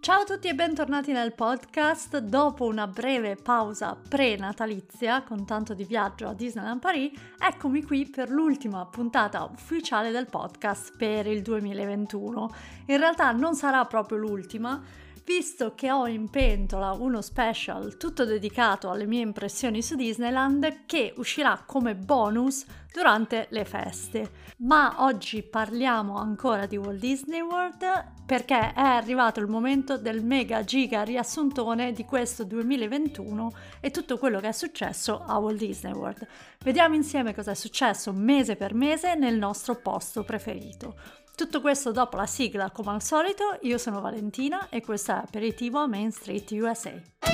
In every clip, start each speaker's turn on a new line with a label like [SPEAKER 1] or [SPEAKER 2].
[SPEAKER 1] Ciao a tutti e bentornati nel podcast. Dopo una breve pausa pre-natalizia con tanto di viaggio a Disneyland Paris, eccomi qui per l'ultima puntata ufficiale del podcast per il 2021. In realtà non sarà proprio l'ultima, visto che ho in pentola uno special tutto dedicato alle mie impressioni su Disneyland che uscirà come bonus durante le feste. Ma oggi parliamo ancora di Walt Disney World perché è arrivato il momento del mega giga riassuntone di questo 2021 e tutto quello che è successo a Walt Disney World. Vediamo insieme cosa è successo mese per mese nel nostro posto preferito. Tutto questo dopo la sigla, come al solito. Io sono Valentina e questo è Aperitivo a Main Street USA.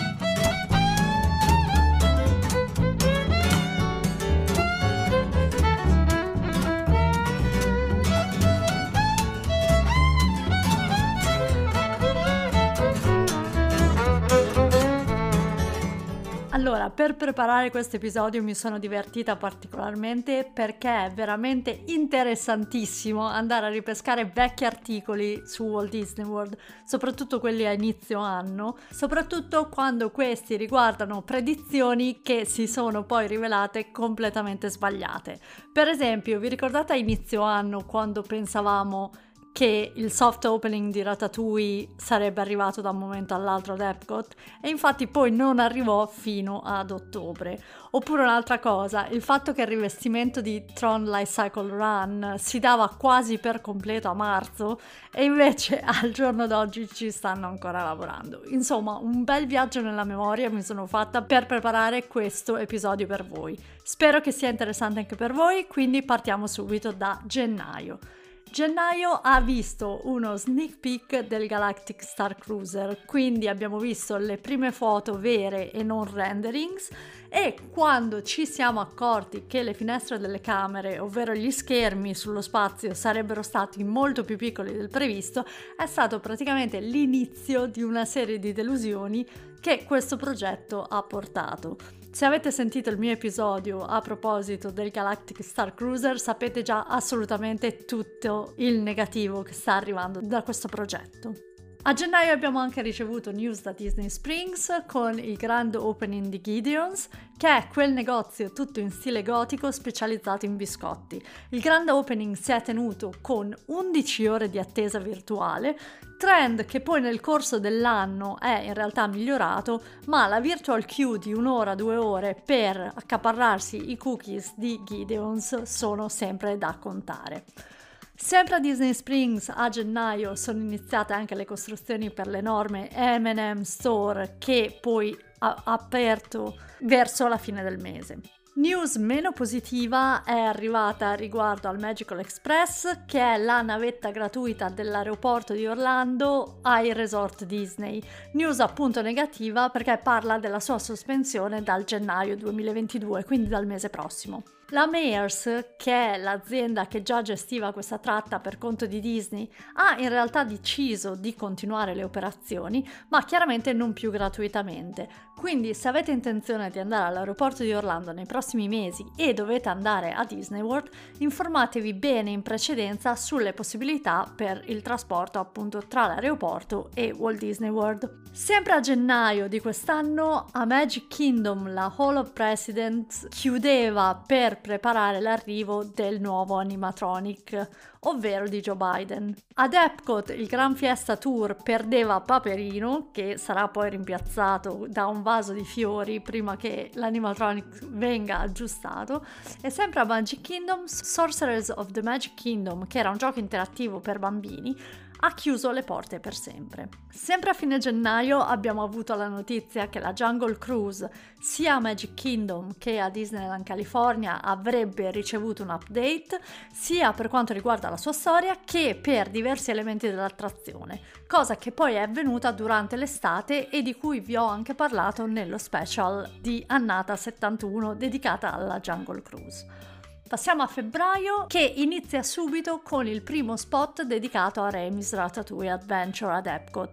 [SPEAKER 1] Allora, per preparare questo episodio mi sono divertita particolarmente perché è veramente interessantissimo andare a ripescare vecchi articoli su Walt Disney World, soprattutto quelli a inizio anno, soprattutto quando questi riguardano predizioni che si sono poi rivelate completamente sbagliate. Per esempio, vi ricordate a inizio anno quando pensavamo che il soft opening di Ratatouille sarebbe arrivato da un momento all'altro ad Epcot e infatti poi non arrivò fino ad ottobre. Oppure un'altra cosa, il fatto che il rivestimento di Tron Life Cycle Run si dava quasi per completo a marzo e invece al giorno d'oggi ci stanno ancora lavorando. Insomma, un bel viaggio nella memoria mi sono fatta per preparare questo episodio per voi. Spero che sia interessante anche per voi, quindi partiamo subito da gennaio. Gennaio ha visto uno sneak peek del Galactic Star Cruiser, quindi abbiamo visto le prime foto vere e non renderings e quando ci siamo accorti che le finestre delle camere, ovvero gli schermi sullo spazio, sarebbero stati molto più piccoli del previsto, è stato praticamente l'inizio di una serie di delusioni che questo progetto ha portato. Se avete sentito il mio episodio a proposito del Galactic Star Cruiser, sapete già assolutamente tutto il negativo che sta arrivando da questo progetto. A gennaio abbiamo anche ricevuto news da Disney Springs con il grand opening di Gideon's, che è quel negozio tutto in stile gotico specializzato in biscotti. Il grand opening si è tenuto con 11 ore di attesa virtuale, trend che poi nel corso dell'anno è in realtà migliorato, ma la virtual queue di 1 ora, 2 ore per accaparrarsi i cookies di Gideon's sono sempre da contare. Sempre a Disney Springs a gennaio sono iniziate anche le costruzioni per l'enorme M&M Store che poi ha aperto verso la fine del mese. News meno positiva è arrivata riguardo al Magical Express, che è la navetta gratuita dell'aeroporto di Orlando ai resort Disney. News appunto negativa perché parla della sua sospensione dal gennaio 2022, quindi dal mese prossimo. La Mayors, che è l'azienda che già gestiva questa tratta per conto di Disney, ha in realtà deciso di continuare le operazioni, ma chiaramente non più gratuitamente. Quindi se avete intenzione di andare all'aeroporto di Orlando nei prossimi mesi e dovete andare a Disney World, informatevi bene in precedenza sulle possibilità per il trasporto appunto tra l'aeroporto e Walt Disney World. Sempre a gennaio di quest'anno a Magic Kingdom la Hall of Presidents chiudeva per preparare l'arrivo del nuovo animatronic, ovvero di Joe Biden. Ad Epcot il Gran Fiesta Tour perdeva Paperino, che sarà poi rimpiazzato da un vaso di fiori prima che l'animatronic venga aggiustato, e sempre a Magic Kingdom Sorcerers of the Magic Kingdom, che era un gioco interattivo per bambini, ha chiuso le porte per sempre. Sempre a fine gennaio abbiamo avuto la notizia che la Jungle Cruise, sia a Magic Kingdom che a Disneyland California, avrebbe ricevuto un update, sia per quanto riguarda la sua storia che per diversi elementi dell'attrazione, cosa che poi è avvenuta durante l'estate e di cui vi ho anche parlato nello special di Annata 71 dedicata alla Jungle Cruise. Passiamo a febbraio, che inizia subito con il primo spot dedicato a Remy's Ratatouille Adventure ad Epcot.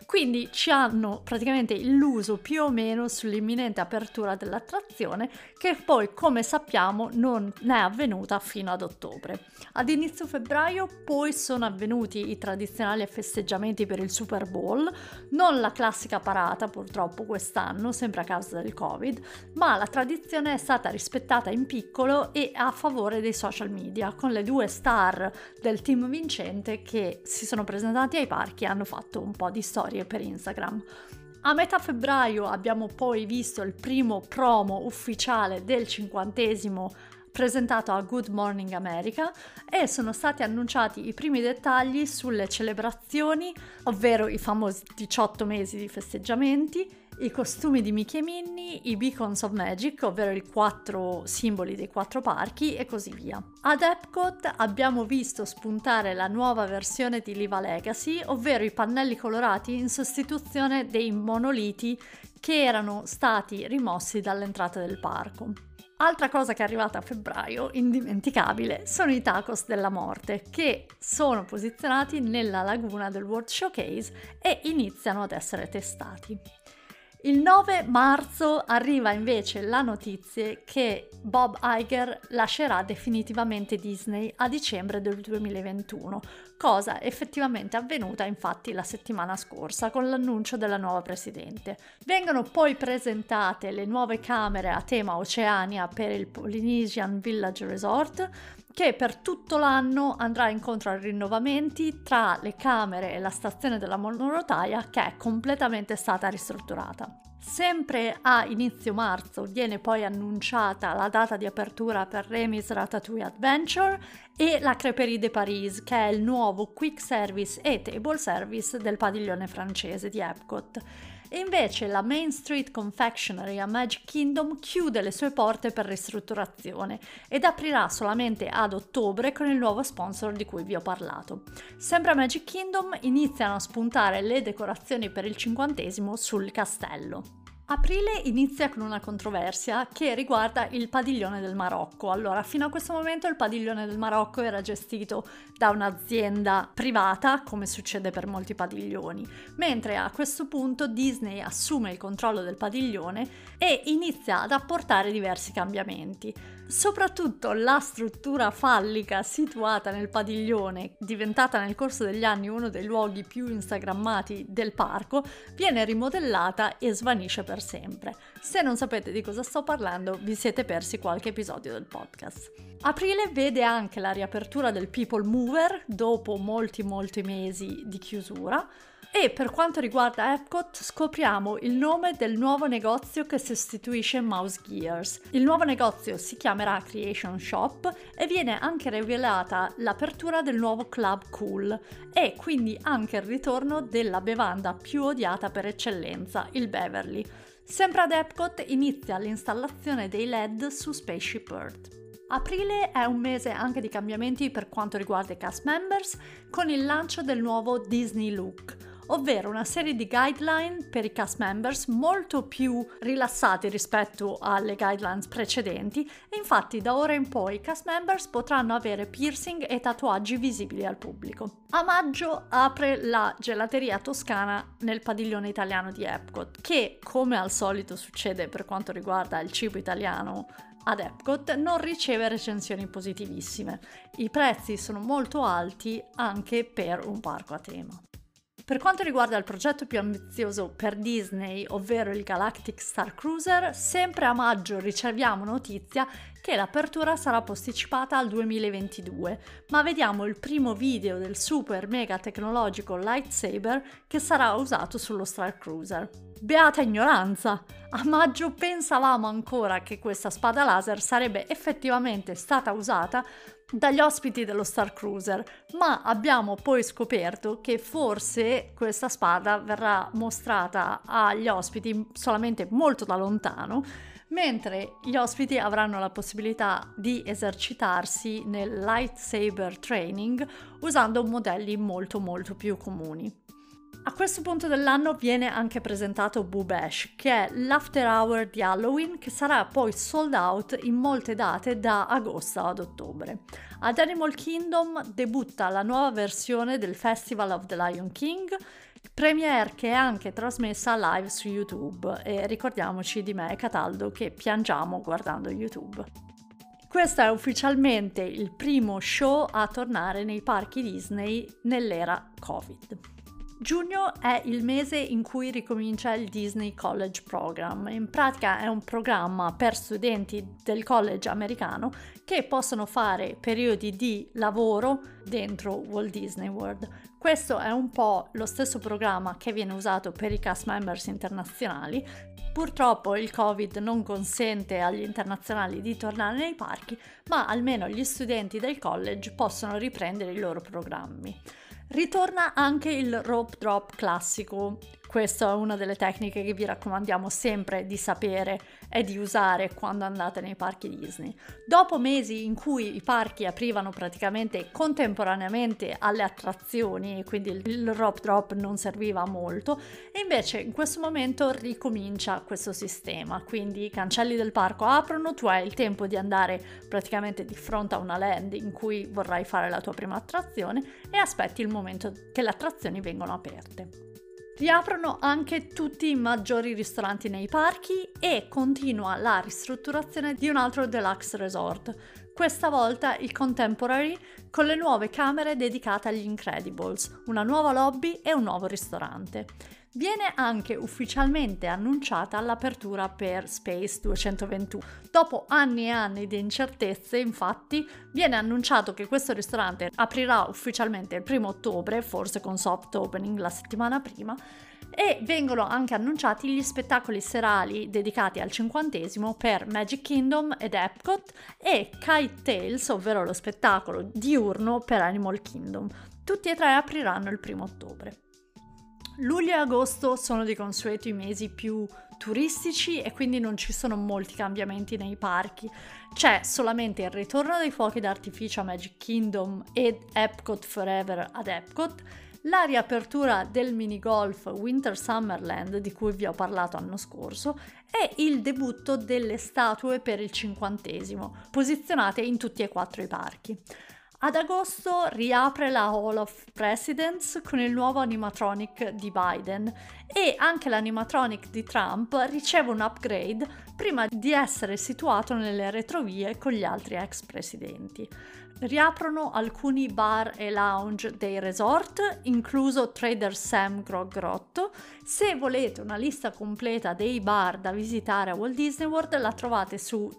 [SPEAKER 1] Quindi ci hanno praticamente illuso più o meno sull'imminente apertura dell'attrazione, che poi, come sappiamo, non è avvenuta fino ad ottobre. Ad inizio febbraio poi sono avvenuti i tradizionali festeggiamenti per il Super Bowl, non la classica parata purtroppo quest'anno, sempre a causa del Covid, ma la tradizione è stata rispettata in piccolo e a favore dei social media, con le 2 star del team vincente che si sono presentati ai parchi e hanno fatto un po' di storie per Instagram. A metà febbraio abbiamo poi visto il primo promo ufficiale del 50° presentato a Good Morning America e sono stati annunciati i primi dettagli sulle celebrazioni, ovvero i famosi 18 mesi di festeggiamenti, i costumi di Mickey e Minnie, i Beacons of Magic, ovvero i 4 simboli dei 4 parchi e così via. Ad Epcot abbiamo visto spuntare la nuova versione di Liva Legacy, ovvero i pannelli colorati in sostituzione dei monoliti che erano stati rimossi dall'entrata del parco. Altra cosa che è arrivata a febbraio, indimenticabile, sono i tacos della morte, che sono posizionati nella laguna del World Showcase e iniziano ad essere testati. Il 9 marzo arriva invece la notizia che Bob Iger lascerà definitivamente Disney a dicembre del 2021, cosa effettivamente avvenuta infatti la settimana scorsa con l'annuncio della nuova presidente. Vengono poi presentate le nuove camere a tema Oceania per il Polynesian Village Resort, che per tutto l'anno andrà incontro a rinnovamenti tra le camere e la stazione della monorotaia, che è completamente stata ristrutturata. Sempre a inizio marzo viene poi annunciata la data di apertura per Remy's Ratatouille Adventure e la Crêperie de Paris, che è il nuovo quick service e table service del padiglione francese di Epcot. E invece la Main Street Confectionery a Magic Kingdom chiude le sue porte per ristrutturazione ed aprirà solamente ad ottobre con il nuovo sponsor di cui vi ho parlato. Sempre a Magic Kingdom iniziano a spuntare le decorazioni per il 50° sul castello. Aprile inizia con una controversia che riguarda il padiglione del Marocco. Allora, fino a questo momento il padiglione del Marocco era gestito da un'azienda privata, come succede per molti padiglioni, mentre a questo punto Disney assume il controllo del padiglione e inizia ad apportare diversi cambiamenti. Soprattutto la struttura fallica situata nel padiglione, diventata nel corso degli anni uno dei luoghi più instagrammati del parco, viene rimodellata e svanisce per sempre. Se non sapete di cosa sto parlando, vi siete persi qualche episodio del podcast. Aprile vede anche la riapertura del People Mover dopo molti mesi di chiusura. E per quanto riguarda Epcot scopriamo il nome del nuovo negozio che sostituisce Mouse Gears. Il nuovo negozio si chiamerà Creation Shop e viene anche rivelata l'apertura del nuovo Club Cool e quindi anche il ritorno della bevanda più odiata per eccellenza, il Beverly. Sempre ad Epcot inizia l'installazione dei LED su Spaceship Earth. Aprile è un mese anche di cambiamenti per quanto riguarda i cast members, con il lancio del nuovo Disney Look, ovvero una serie di guideline per i cast members molto più rilassati rispetto alle guidelines precedenti e infatti da ora in poi i cast members potranno avere piercing e tatuaggi visibili al pubblico. A maggio apre la gelateria toscana nel padiglione italiano di Epcot, che come al solito succede per quanto riguarda il cibo italiano ad Epcot, non riceve recensioni positivissime. I prezzi sono molto alti anche per un parco a tema. Per quanto riguarda il progetto più ambizioso per Disney, ovvero il Galactic Star Cruiser, sempre a maggio riceviamo notizia che l'apertura sarà posticipata al 2022, ma vediamo il primo video del super mega tecnologico lightsaber che sarà usato sullo Star Cruiser. Beata ignoranza! A maggio pensavamo ancora che questa spada laser sarebbe effettivamente stata usata dagli ospiti dello Star Cruiser, ma abbiamo poi scoperto che forse questa spada verrà mostrata agli ospiti solamente molto da lontano, mentre gli ospiti avranno la possibilità di esercitarsi nel lightsaber training usando modelli molto più comuni. A questo punto dell'anno viene anche presentato Boo Bash, che è l'after hour di Halloween che sarà poi sold out in molte date da agosto ad ottobre. Ad Animal Kingdom debutta la nuova versione del Festival of the Lion King, premiere che è anche trasmessa live su YouTube, e ricordiamoci di me e Cataldo che piangiamo guardando YouTube. Questo è ufficialmente il primo show a tornare nei parchi Disney nell'era Covid. Giugno è il mese in cui ricomincia il Disney College Program. In pratica è un programma per studenti del college americano che possono fare periodi di lavoro dentro Walt Disney World. Questo è un po' lo stesso programma che viene usato per i cast members internazionali. Purtroppo il Covid non consente agli internazionali di tornare nei parchi, ma almeno gli studenti del college possono riprendere i loro programmi. Ritorna anche il rope drop classico. Questa è una delle tecniche che vi raccomandiamo sempre di sapere e di usare quando andate nei parchi Disney. Dopo mesi in cui i parchi aprivano praticamente contemporaneamente alle attrazioni, quindi il rope drop non serviva molto, e invece in questo momento ricomincia questo sistema. Quindi i cancelli del parco aprono, tu hai il tempo di andare praticamente di fronte a una land in cui vorrai fare la tua prima attrazione e aspetti il momento che le attrazioni vengono aperte. Riaprono anche tutti i maggiori ristoranti nei parchi e continua la ristrutturazione di un altro deluxe resort, questa volta il Contemporary, con le nuove camere dedicate agli Incredibles, una nuova lobby e un nuovo ristorante. Viene anche ufficialmente annunciata l'apertura per Space 221. Dopo anni e anni di incertezze, infatti, viene annunciato che questo ristorante aprirà ufficialmente il 1 ottobre, forse con soft opening la settimana prima, e vengono anche annunciati gli spettacoli serali dedicati al 50° per Magic Kingdom ed Epcot e Kite Tales, ovvero lo spettacolo diurno per Animal Kingdom. Tutti e tre apriranno il 1 ottobre. Luglio e agosto sono di consueto i mesi più turistici e quindi non ci sono molti cambiamenti nei parchi. C'è solamente il ritorno dei fuochi d'artificio a Magic Kingdom ed Epcot Forever ad Epcot, la riapertura del minigolf Winter Summerland di cui vi ho parlato l'anno scorso e il debutto delle statue per il 50°, posizionate in tutti e 4 i parchi. Ad agosto riapre la Hall of Presidents con il nuovo animatronic di Biden e anche l'animatronic di Trump riceve un upgrade prima di essere situato nelle retrovie con gli altri ex presidenti. Riaprono alcuni bar e lounge dei resort, incluso Trader Sam Grog Grotto. Se volete una lista completa dei bar da visitare a Walt Disney World la trovate su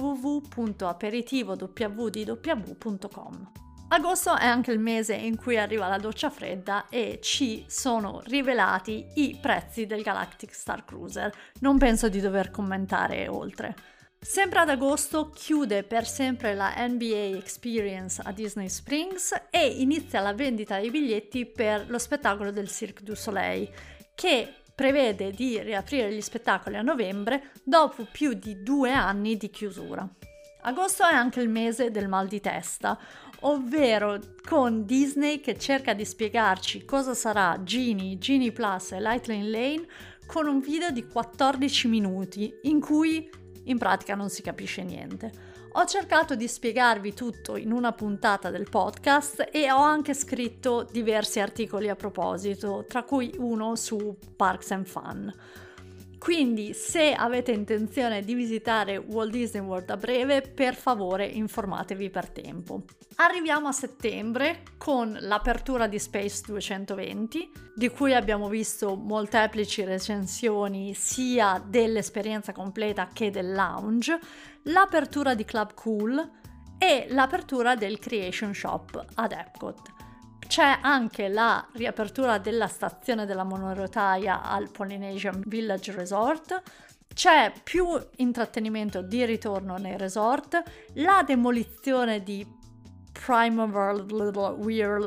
[SPEAKER 1] www.aperitivodwdw.com. Agosto è anche il mese in cui arriva la doccia fredda e ci sono rivelati i prezzi del Galactic Star Cruiser. Non penso di dover commentare oltre. Sempre ad agosto chiude per sempre la NBA Experience a Disney Springs e inizia la vendita dei biglietti per lo spettacolo del Cirque du Soleil, che prevede di riaprire gli spettacoli a novembre dopo più di 2 anni di chiusura. Agosto è anche il mese del mal di testa, ovvero con Disney che cerca di spiegarci cosa sarà Genie Plus e Lightning Lane con un video di 14 minuti in cui in pratica non si capisce niente. Ho cercato di spiegarvi tutto in una puntata del podcast e ho anche scritto diversi articoli a proposito, tra cui uno su Parks and Fun. Quindi se avete intenzione di visitare Walt Disney World a breve, per favore informatevi per tempo. Arriviamo a settembre con l'apertura di Space 220, di cui abbiamo visto molteplici recensioni sia dell'esperienza completa che del lounge, l'apertura di Club Cool e l'apertura del Creation Shop ad Epcot. C'è anche la riapertura della stazione della monorotaia al Polynesian Village Resort, c'è più intrattenimento di ritorno nei resort, la demolizione di Primeval Whirl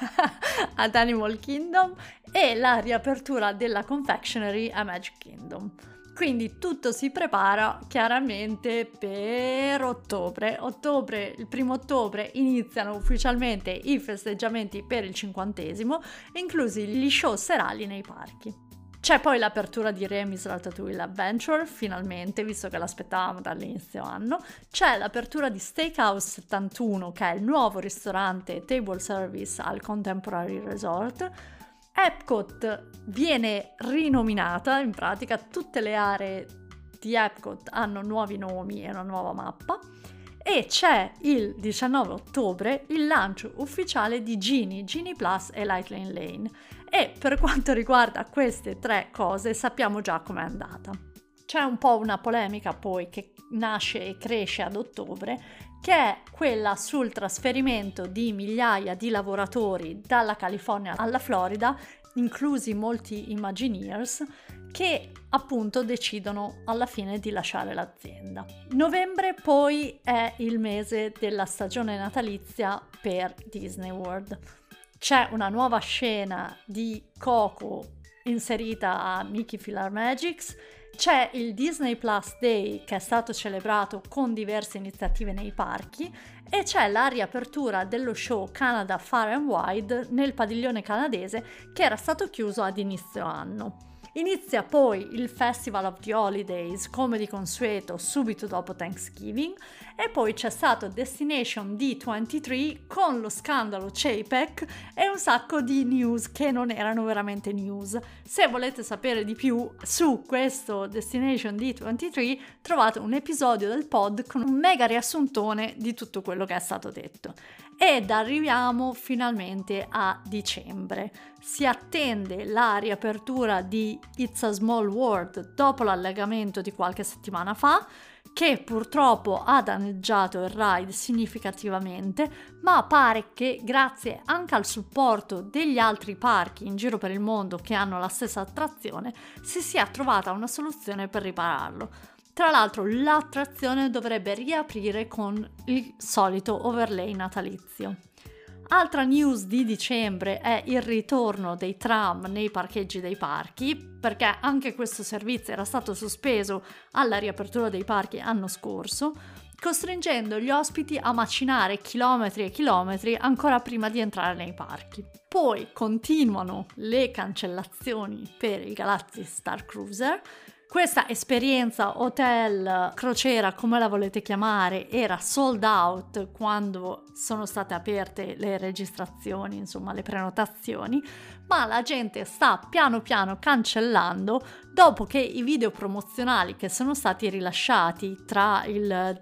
[SPEAKER 1] ad Animal Kingdom e la riapertura della Confectionery a Magic Kingdom. Quindi tutto si prepara chiaramente per ottobre. Il 1 ottobre iniziano ufficialmente i festeggiamenti per il 50°, inclusi gli show serali nei parchi. C'è poi l'apertura di Remy's Ratatouille Adventure, finalmente, visto che l'aspettavamo dall'inizio anno. C'è l'apertura di Steakhouse 71, che è il nuovo ristorante table service al Contemporary Resort. Epcot viene rinominata, in pratica tutte le aree di Epcot hanno nuovi nomi e una nuova mappa, e c'è il 19 ottobre il lancio ufficiale di Genie Plus e Lightning Lane, e per quanto riguarda queste tre cose sappiamo già com'è andata. C'è un po' una polemica poi che nasce e cresce ad ottobre, che è quella sul trasferimento di migliaia di lavoratori dalla California alla Florida, inclusi molti Imagineers, che appunto decidono alla fine di lasciare l'azienda. Novembre poi è il mese della stagione natalizia per Disney World. C'è una nuova scena di Coco inserita a Mickey PhilharMagics, c'è il Disney Plus Day che è stato celebrato con diverse iniziative nei parchi, e c'è la riapertura dello show Canada Far and Wide nel padiglione canadese che era stato chiuso ad inizio anno. Inizia poi il Festival of the Holidays come di consueto subito dopo Thanksgiving, e poi c'è stato Destination D23 con lo scandalo Chapek e un sacco di news che non erano veramente news. Se volete sapere di più su questo Destination D23 trovate un episodio del pod con un mega riassuntone di tutto quello che è stato detto. Ed arriviamo finalmente a dicembre. Si attende la riapertura di It's a Small World dopo l'allegamento di qualche settimana fa, che purtroppo ha danneggiato il ride significativamente, ma pare che grazie anche al supporto degli altri parchi in giro per il mondo che hanno la stessa attrazione si sia trovata una soluzione per ripararlo. Tra l'altro l'attrazione dovrebbe riaprire con il solito overlay natalizio. Altra news di dicembre è il ritorno dei tram nei parcheggi dei parchi, perché anche questo servizio era stato sospeso alla riapertura dei parchi l'anno scorso, costringendo gli ospiti a macinare chilometri e chilometri ancora prima di entrare nei parchi. Poi continuano le cancellazioni per il Galaxy Star Cruiser. Questa esperienza hotel, crociera, come la volete chiamare, era sold out quando sono state aperte le registrazioni, insomma le prenotazioni, ma la gente sta piano piano cancellando dopo che i video promozionali che sono stati rilasciati tra il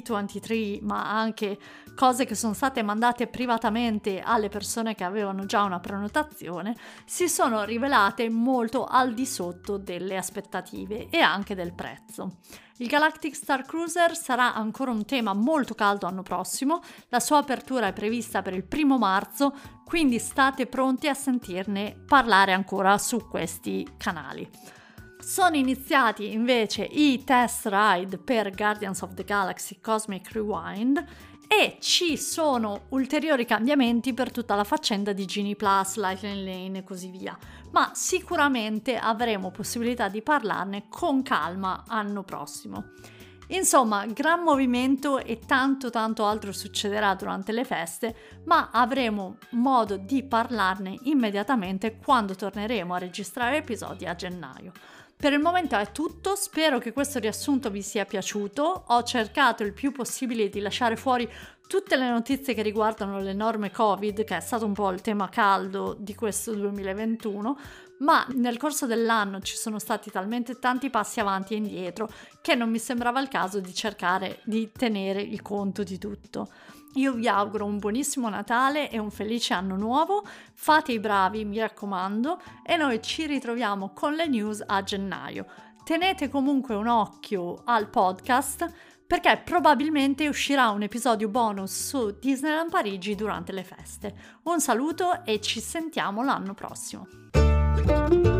[SPEAKER 1] D23, ma anche cose che sono state mandate privatamente alle persone che avevano già una prenotazione, si sono rivelate molto al di sotto delle aspettative e anche del prezzo. Il Galactic Star Cruiser sarà ancora un tema molto caldo l'anno prossimo, la sua apertura è prevista per il 1 marzo, quindi state pronti a sentirne parlare ancora su questi canali. Sono iniziati invece i test ride per Guardians of the Galaxy Cosmic Rewind e ci sono ulteriori cambiamenti per tutta la faccenda di Genie Plus, Lightning Lane e così via, ma sicuramente avremo possibilità di parlarne con calma l'anno prossimo. Insomma, gran movimento e tanto altro succederà durante le feste, ma avremo modo di parlarne immediatamente quando torneremo a registrare episodi a gennaio. Per il momento è tutto, spero che questo riassunto vi sia piaciuto. Ho cercato il più possibile di lasciare fuori tutte le notizie che riguardano le norme Covid, che è stato un po' il tema caldo di questo 2021, ma nel corso dell'anno ci sono stati talmente tanti passi avanti e indietro che non mi sembrava il caso di cercare di tenere il conto di tutto. Io vi auguro un buonissimo Natale e un felice anno nuovo, fate i bravi, mi raccomando, e noi ci ritroviamo con le news a gennaio. Tenete comunque un occhio al podcast perché probabilmente uscirà un episodio bonus su Disneyland Parigi durante le feste. Un saluto e ci sentiamo l'anno prossimo.